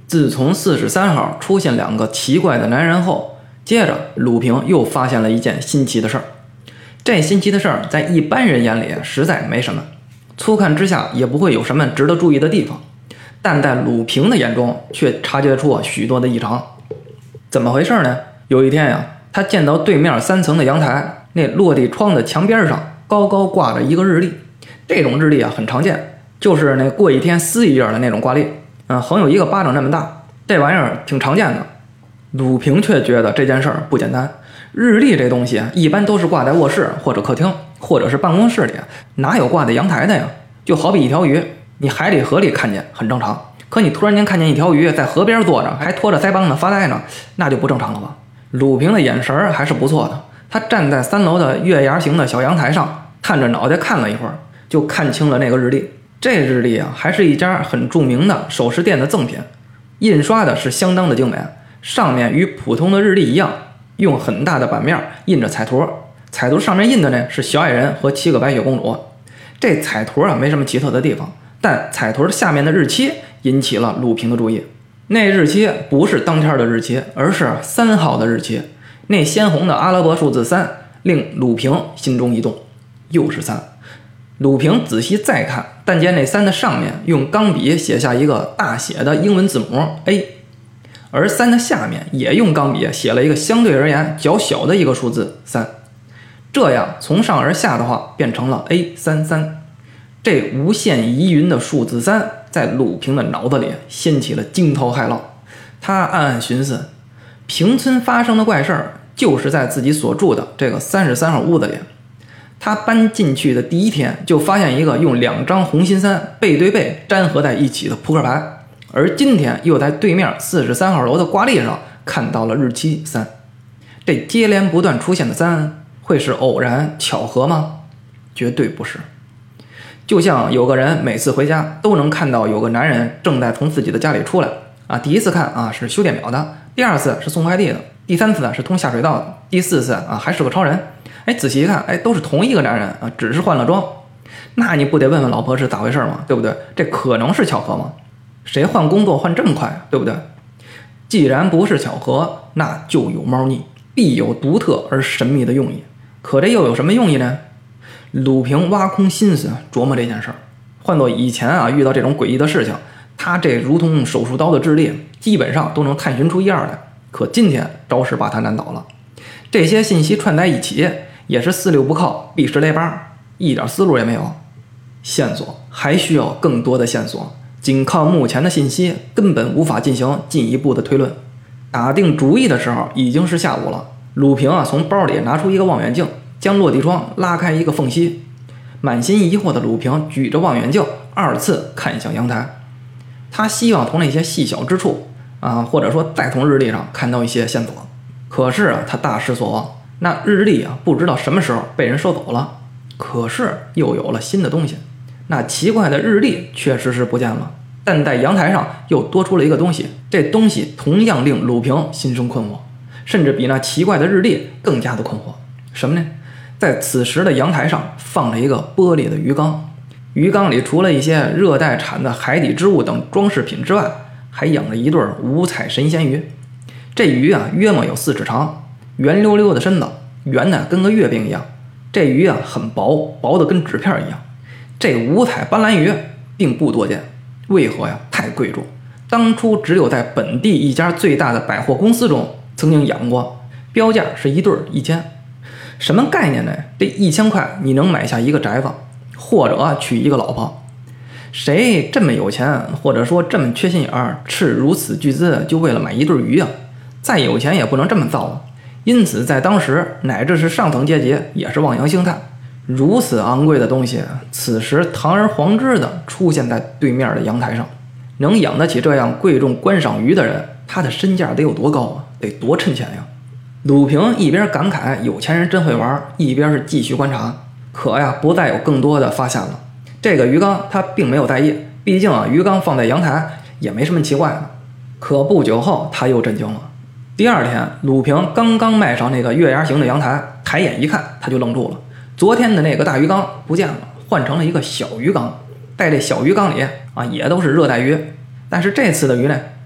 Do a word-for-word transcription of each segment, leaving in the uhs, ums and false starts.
自从四十三号出现两个奇怪的男人后，接着鲁平又发现了一件新奇的事儿。这新奇的事儿在一般人眼里实在没什么，粗看之下也不会有什么值得注意的地方，但在鲁平的眼中却察觉出许多的异常。怎么回事呢？有一天呀、啊，他见到对面三层的阳台那落地窗的墙边上高高挂着一个日历。这种日历啊很常见，就是那过一天撕一页的那种挂历，嗯，横有一个巴掌这么大，这玩意儿挺常见的。鲁平却觉得这件事儿不简单。日历这东西一般都是挂在卧室或者客厅或者是办公室里，哪有挂在阳台的呀？就好比一条鱼，你海里河里看见很正常，可你突然间看见一条鱼在河边坐着，还拖着腮帮子发呆呢，那就不正常了吧？鲁平的眼神还是不错的，他站在三楼的月牙形的小阳台上，探着脑袋看了一会儿，就看清了那个日历。这日历啊，还是一家很著名的首饰店的赠品，印刷的是相当的精美，上面与普通的日历一样，用很大的版面印着彩图，彩图上面印的呢是小矮人和七个白雪公主。这彩图啊没什么奇特的地方，但彩图下面的日期引起了鲁平的注意。那日期不是当天的日期，而是三号的日期。那鲜红的阿拉伯数字三令鲁平心中一动，又是三。鲁平仔细再看，但见那三的上面用钢笔写下一个大写的英文字母 A， 而三的下面也用钢笔写了一个相对而言较小的一个数字三。这样从上而下的话变成了 A 三三。这无限疑云的数字三在鲁平的脑子里掀起了惊涛骇浪。他暗暗寻思，平村发生的怪事儿就是在自己所住的这个三十三号屋子里。他搬进去的第一天就发现一个用两张红心三背对背粘合在一起的扑克牌，而今天又在对面四十三号楼的挂历上看到了日期三。这接连不断出现的三会是偶然巧合吗？绝对不是。就像有个人每次回家都能看到有个男人正在从自己的家里出来啊，第一次看啊是修电表的，第二次是送快递的，第三次是通下水道的，第四次啊还是个超人。哎，仔细一看，哎，都是同一个男人啊，只是换了装。那你不得问问老婆是咋回事吗？对不对？这可能是巧合吗？谁换工作换这么快，对不对？既然不是巧合，那就有猫腻，必有独特而神秘的用意。可这又有什么用意呢？鲁平挖空心思琢磨这件事儿。换做以前啊，遇到这种诡异的事情，他这如同手术刀的智力，基本上都能探寻出一二来。可今天着实把他难倒了。这些信息串在一起，也是四六不靠，必是雷八，一点思路也没有。线索还需要更多的线索，仅靠目前的信息根本无法进行进一步的推论。打定主意的时候已经是下午了。鲁平啊，从包里拿出一个望远镜，将落地窗拉开一个缝隙。满心疑惑的鲁平举着望远镜二次看向阳台，他希望从那些细小之处啊，或者说再从日历上看到一些线索。可是啊，他大失所望。那日历啊，不知道什么时候被人收走了，可是又有了新的东西。那奇怪的日历确实是不见了，但在阳台上又多出了一个东西，这东西同样令鲁平心生困惑，甚至比那奇怪的日历更加的困惑。什么呢？在此时的阳台上放了一个玻璃的鱼缸，鱼缸里除了一些热带产的海底之物等装饰品之外，还养了一对五彩神仙鱼。这鱼啊，约莫有四尺长，圆溜溜的身子，圆的跟个月饼一样。这鱼啊很薄，薄的跟纸片一样。这五彩斑斓鱼并不多见，为何呀？太贵重，当初只有在本地一家最大的百货公司中曾经养过，标价是一对一千。什么概念呢？这一千块你能买下一个宅子，或者娶一个老婆。谁这么有钱，或者说这么缺心眼儿，斥如此巨资就为了买一对鱼啊？再有钱也不能这么造啊！因此在当时乃至是上层阶级也是望洋兴叹。如此昂贵的东西，此时堂而皇之的出现在对面的阳台上，能养得起这样贵重观赏鱼的人，他的身价得有多高啊？得多趁钱呀！鲁平一边感慨有钱人真会玩，一边是继续观察。可呀，不再有更多的发现了。这个鱼缸他并没有在意，毕竟啊，鱼缸放在阳台也没什么奇怪的。可不久后他又震惊了。第二天，鲁平刚刚迈上那个月牙形的阳台，抬眼一看，他就愣住了。昨天的那个大鱼缸不见了，换成了一个小鱼缸。在这小鱼缸里啊，也都是热带鱼，但是这次的鱼呢，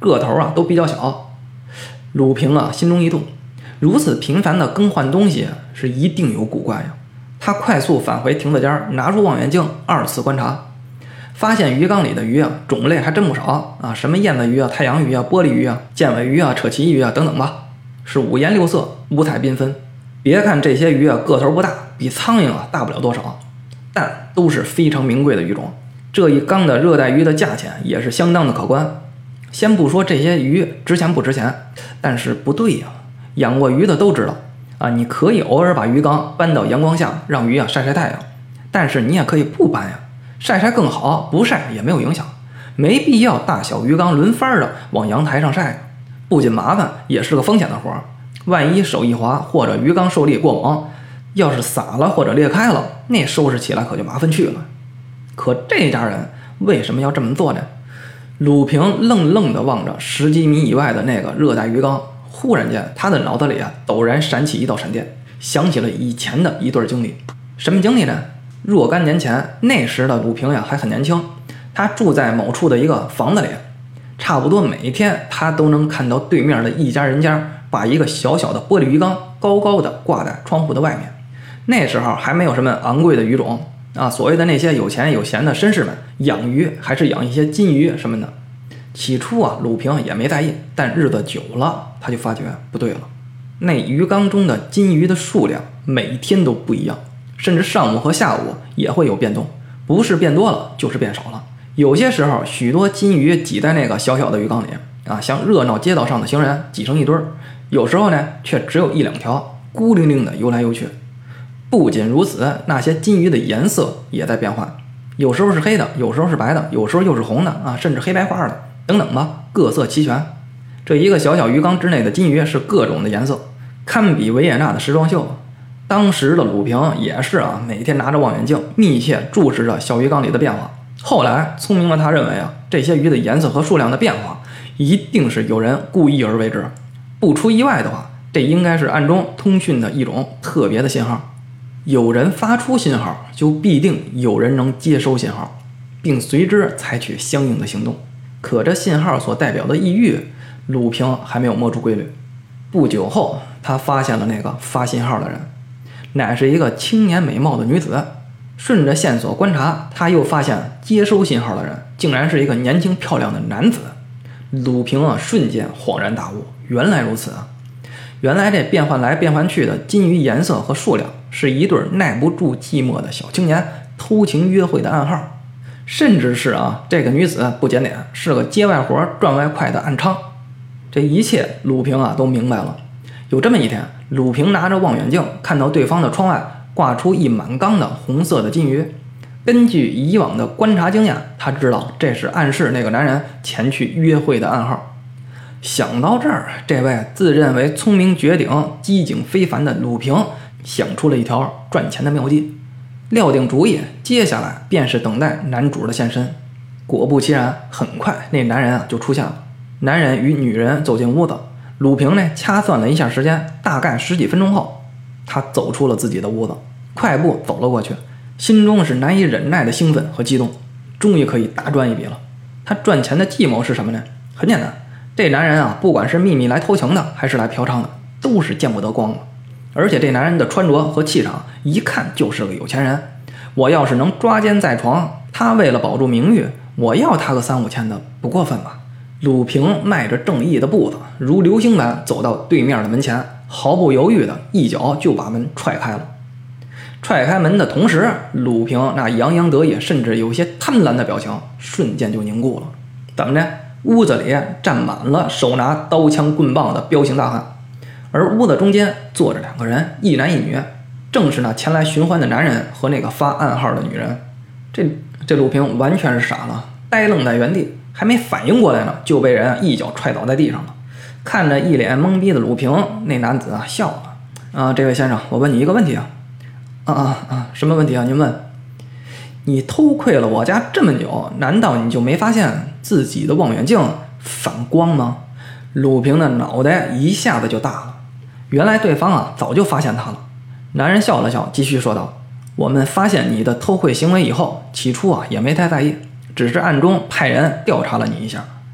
个头啊都比较小。鲁平啊心中一动，如此频繁的更换东西是一定有古怪呀。他快速返回亭子间，拿出望远镜二次观察，发现鱼缸里的鱼啊种类还真不少啊，什么燕子鱼啊、太阳鱼啊、玻璃鱼啊、剑尾鱼啊、扯旗鱼啊等等吧，是五颜六色、五彩缤纷。别看这些鱼啊个头不大，比苍蝇啊大不了多少，但都是非常名贵的鱼种。这一缸的热带鱼的价钱也是相当的可观。先不说这些鱼值钱不值钱，但是不对呀、啊，养过鱼的都知道啊，你可以偶尔把鱼缸搬到阳光下，让鱼啊晒晒太阳，但是你也可以不搬呀，晒晒更好，不晒也没有影响，没必要大小鱼缸轮番的往阳台上晒，不仅麻烦，也是个风险的活儿。万一手一滑或者鱼缸受力过猛，要是洒了或者裂开了，那收拾起来可就麻烦去了。可这家人为什么要这么做呢？鲁平愣愣地望着十几米以外的那个热带鱼缸，忽然间他的脑子里啊陡然闪起一道闪电，想起了以前的一段经历。什么经历呢？若干年前，那时的鲁平呀还很年轻，他住在某处的一个房子里，差不多每天他都能看到对面的一家人家把一个小小的玻璃鱼缸高高的挂在窗户的外面。那时候还没有什么昂贵的鱼种啊，所谓的那些有钱有闲的绅士们养鱼还是养一些金鱼什么的。起初啊，鲁平也没在意，但日子久了，他就发觉不对了。那鱼缸中的金鱼的数量每天都不一样，甚至上午和下午也会有变动，不是变多了就是变少了。有些时候，许多金鱼挤在那个小小的鱼缸里啊，像热闹街道上的行人挤成一堆儿。有时候呢，却只有一两条，孤零零的游来游去。不仅如此，那些金鱼的颜色也在变换，有时候是黑的，有时候是白的，有时候又是红的啊，甚至黑白花的等等吧，各色齐全。这一个小小鱼缸之内的金鱼是各种的颜色，堪比维也纳的时装秀。当时的鲁平也是啊，每天拿着望远镜密切注视着小鱼缸里的变化。后来聪明的他认为啊，这些鱼的颜色和数量的变化一定是有人故意而为之，不出意外的话，这应该是暗中通讯的一种特别的信号。有人发出信号，就必定有人能接收信号，并随之采取相应的行动。可这信号所代表的意域，鲁平还没有摸出规律。不久后，他发现了那个发信号的人，乃是一个青年美貌的女子。顺着线索观察，他又发现接收信号的人竟然是一个年轻漂亮的男子。鲁平啊，瞬间恍然大悟，原来如此啊！原来这变换来变换去的金鱼颜色和数量，是一对耐不住寂寞的小青年偷情约会的暗号，甚至是啊，这个女子不检点，是个接外活赚外快的暗娼。这一切鲁平啊都明白了。有这么一天，鲁平拿着望远镜看到对方的窗外挂出一满缸的红色的金鱼。根据以往的观察经验，他知道这是暗示那个男人前去约会的暗号。想到这儿，这位自认为聪明绝顶、机警非凡的鲁平想出了一条赚钱的妙计。料定主意，接下来便是等待男主的现身。果不其然，很快那男人啊就出现了。男人与女人走进屋子，鲁平呢掐算了一下时间，大概十几分钟后，他走出了自己的屋子，快步走了过去，心中是难以忍耐的兴奋和激动，终于可以大赚一笔了。他赚钱的计谋是什么呢？很简单，这男人啊，不管是秘密来偷情的，还是来嫖娼的，都是见不得光的。而且这男人的穿着和气场，一看就是个有钱人。我要是能抓奸在床，他为了保住名誉，我要他个三五千的，不过分吧？鲁平迈着正义的步子，如流星般走到对面的门前，毫不犹豫的一脚就把门踹开了。踹开门的同时，鲁平那洋洋得意甚至有些贪婪的表情瞬间就凝固了。怎么着？屋子里站满了手拿刀枪棍棒的彪形大汉，而屋子中间坐着两个人，一男一女，正是那前来寻欢的男人和那个发暗号的女人。这这鲁平完全是傻了，呆愣在原地，还没反应过来呢，就被人一脚踹倒在地上了。看着一脸懵逼的鲁平，那男子啊笑了：“啊，这位先生，我问你一个问题啊。”啊啊啊！什么问题啊？您问。你偷窥了我家这么久，难道你就没发现自己的望远镜反光吗？鲁平的脑袋一下子就大了。原来对方啊早就发现他了。男人笑了笑，继续说道：“我们发现你的偷窥行为以后，起初啊也没太在意，只是暗中派人调查了你一下，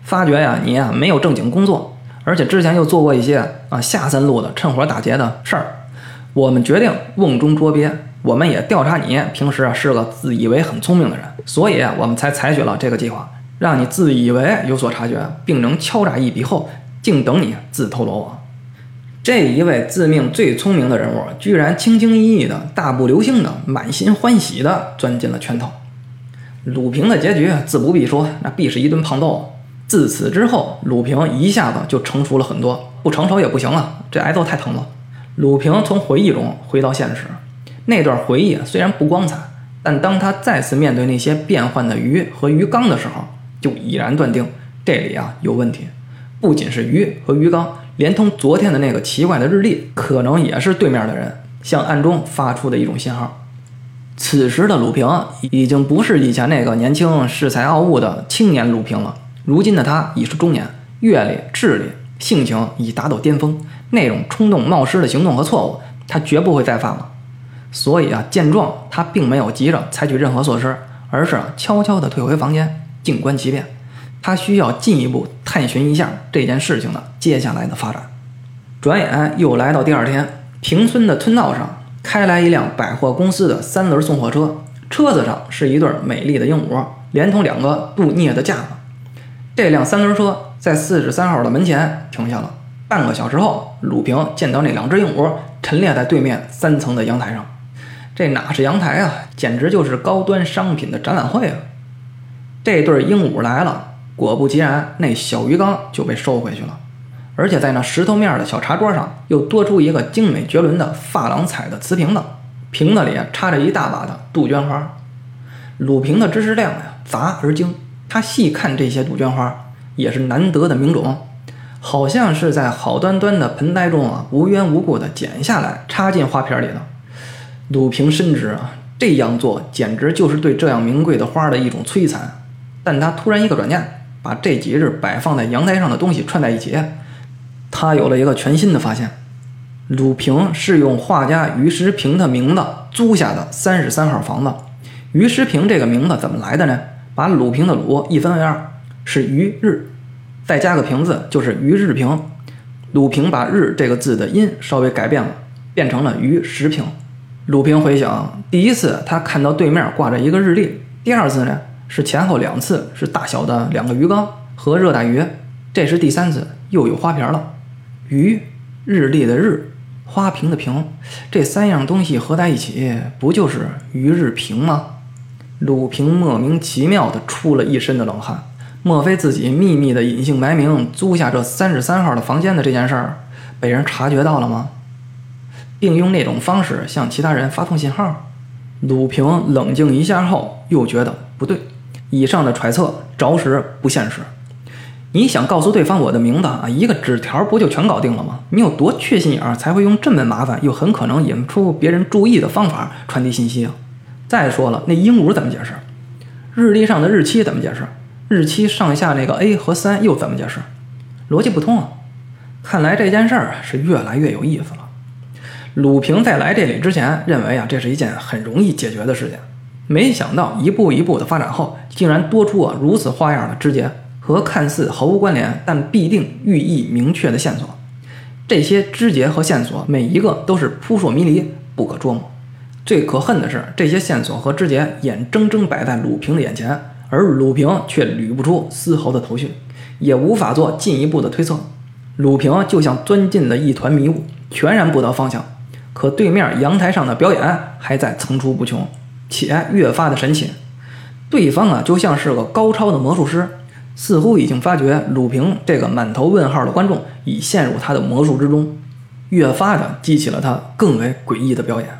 发觉呀你呀没有正经工作，而且之前又做过一些啊下三路的趁火打劫的事儿，我们决定瓮中捉鳖。我们也调查你平时啊是个自以为很聪明的人，所以我们才采取了这个计划，让你自以为有所察觉，并能敲诈一笔后，静等你自投罗网。这一位自命最聪明的人物，居然轻轻易易的、大步流星的、满心欢喜的钻进了圈套。鲁平的结局自不必说，那必是一顿胖揍。自此之后，鲁平一下子就成熟了很多，不成熟也不行啊，这挨揍太疼了。鲁平从回忆中回到现实，那段回忆虽然不光彩，但当他再次面对那些变幻的鱼和鱼缸的时候，就已然断定这里啊有问题。不仅是鱼和鱼缸，连同昨天的那个奇怪的日历，可能也是对面的人向暗中发出的一种信号。此时的鲁平已经不是以前那个年轻恃才傲物的青年鲁平了，如今的他已是中年，阅历、智力、性情已达到巅峰，那种冲动冒失的行动和错误，他绝不会再犯了。所以啊，见状他并没有急着采取任何措施，而是悄悄地退回房间，静观其变。他需要进一步探寻一下这件事情的接下来的发展。转眼又来到第二天，平村的村道上开来一辆百货公司的三轮送货车，车子上是一对美丽的鹦鹉，连同两个镀镍的架子。这辆三轮车在四十三号的门前停下了。半个小时后，鲁平见到那两只鹦鹉陈列在对面三层的阳台上。这哪是阳台啊，简直就是高端商品的展览会啊！这对鹦鹉来了，果不其然，那小鱼缸就被收回去了，而且在那石头面的小茶桌上又多出一个精美绝伦的珐琅彩的瓷瓶子，瓶子里插着一大把的杜鹃花。鲁平的知识量呀杂而精，他细看这些杜鹃花也是难得的名种，好像是在好端端的盆栽中啊无缘无故的剪下来插进花瓶里的。鲁平深知啊，这样做简直就是对这样名贵的花的一种摧残。但他突然一个转念，把这几日摆放在阳台上的东西串在一起，他有了一个全新的发现。鲁平是用画家于时平的名字租下的三十三号房子。于时平这个名字怎么来的呢？把鲁平的鲁一分为二，是于日，再加个平字就是于日平。鲁平把日这个字的音稍微改变了，变成了于时平。鲁平回想，第一次他看到对面挂着一个日历，第二次呢是前后两次是大小的两个鱼缸和热带鱼，这是第三次又有花瓶了。鱼、日历的日、花瓶的瓶，这三样东西合在一起，不就是于日平吗？鲁平莫名其妙地出了一身的冷汗。莫非自己秘密的隐姓埋名租下这三十三号的房间的这件事儿被人察觉到了吗？并用那种方式向其他人发送信号？鲁平冷静一下后又觉得不对，以上的揣测着实不现实。你想告诉对方我的名字啊，一个纸条不就全搞定了吗？你有多缺心眼儿才会用这么麻烦又很可能引出别人注意的方法传递信息啊？再说了，那鹦鹉怎么解释？日历上的日期怎么解释？日期上下那个 A 和三又怎么解释？逻辑不通啊！看来这件事儿是越来越有意思了。鲁平在来这里之前认为啊，这是一件很容易解决的事情，没想到一步一步的发展后，竟然多出啊如此花样的枝节和看似毫无关联但必定寓意明确的线索。这些枝节和线索每一个都是扑朔迷离，不可捉摸。最可恨的是，这些线索和枝节眼睁睁摆在鲁平的眼前，而鲁平却捋不出丝毫的头绪，也无法做进一步的推测。鲁平就像钻进了一团迷雾，全然不得方向。可对面阳台上的表演还在层出不穷，且越发的神奇。对方啊，就像是个高超的魔术师，似乎已经发觉鲁平这个满头问号的观众已陷入他的魔术之中，越发的激起了他更为诡异的表演。